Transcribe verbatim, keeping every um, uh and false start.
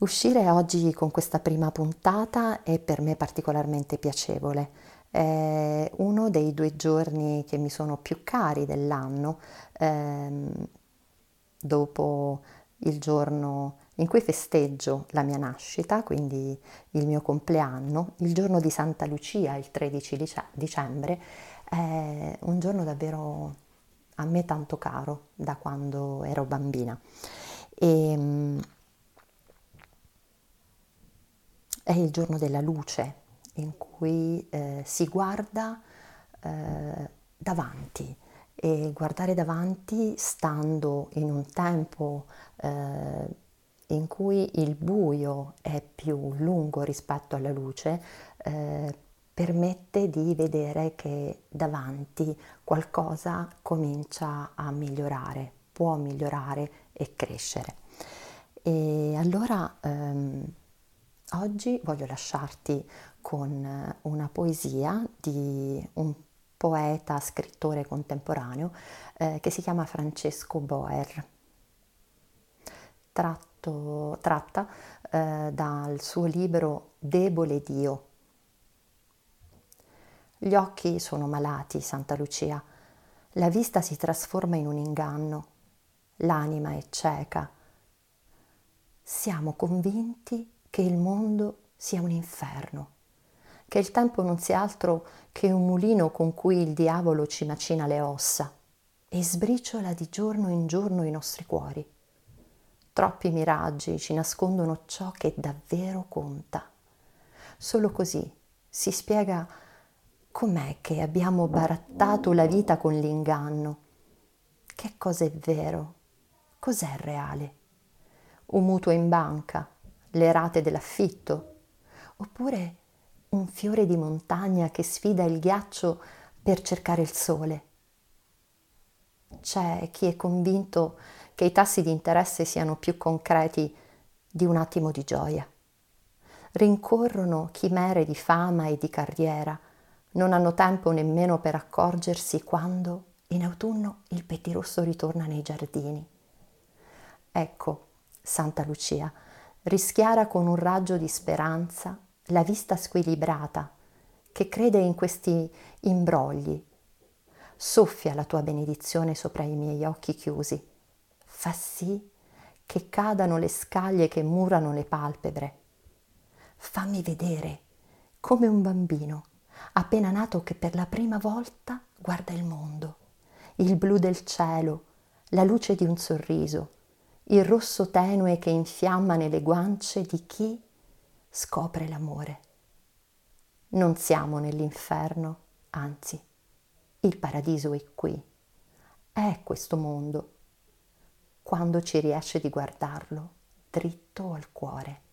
Uscire oggi con questa prima puntata è per me particolarmente piacevole. È uno dei due giorni che mi sono più cari dell'anno, ehm, dopo il giorno in cui festeggio la mia nascita, quindi il mio compleanno, il giorno di Santa Lucia, il tredici dice- dicembre, è un giorno davvero a me tanto caro da quando ero bambina. E, mm, è il giorno della luce in cui eh, si guarda eh, davanti e guardare davanti stando in un tempo eh, in cui il buio è più lungo rispetto alla luce, eh, permette di vedere che davanti qualcosa comincia a migliorare, può migliorare e crescere. E allora ehm, oggi voglio lasciarti con eh, una poesia di un poeta, scrittore contemporaneo eh, che si chiama Francesco Boer, tratto, tratta eh, dal suo libro Debole Dio. Gli occhi sono malati, Santa Lucia, la vista si trasforma in un inganno, l'anima è cieca. Siamo convinti che il mondo sia un inferno, che il tempo non sia altro che un mulino con cui il diavolo ci macina le ossa e sbriciola di giorno in giorno i nostri cuori. Troppi miraggi ci nascondono ciò che davvero conta. Solo così si spiega com'è che abbiamo barattato la vita con l'inganno. Che cosa è vero? Cos'è reale? Un mutuo in banca, le rate dell'affitto, oppure un fiore di montagna che sfida il ghiaccio per cercare il sole. C'è chi è convinto che i tassi di interesse siano più concreti di un attimo di gioia. Rincorrono chimere di fama e di carriera, non hanno tempo nemmeno per accorgersi quando in autunno il pettirosso ritorna nei giardini. Ecco, Santa Lucia, rischiara con un raggio di speranza la vista squilibrata che crede in questi imbrogli. Soffia la tua benedizione sopra i miei occhi chiusi. Fa sì che cadano le scaglie che murano le palpebre. Fammi vedere come un bambino appena nato che per la prima volta guarda il mondo, il blu del cielo, la luce di un sorriso, il rosso tenue che infiamma nelle guance di chi scopre l'amore. Non siamo nell'inferno, anzi, il paradiso è qui, è questo mondo, quando ci riesce di guardarlo dritto al cuore.